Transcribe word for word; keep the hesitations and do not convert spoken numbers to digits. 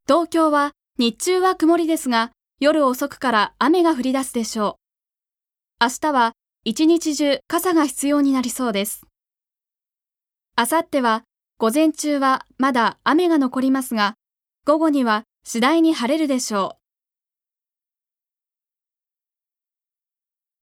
東京は日中は曇りですが、夜遅くから雨が降り出すでしょう。明日は一日中傘が必要になりそうです。あさっては午前中はまだ雨が残りますが、午後には次第に晴れるでしょう。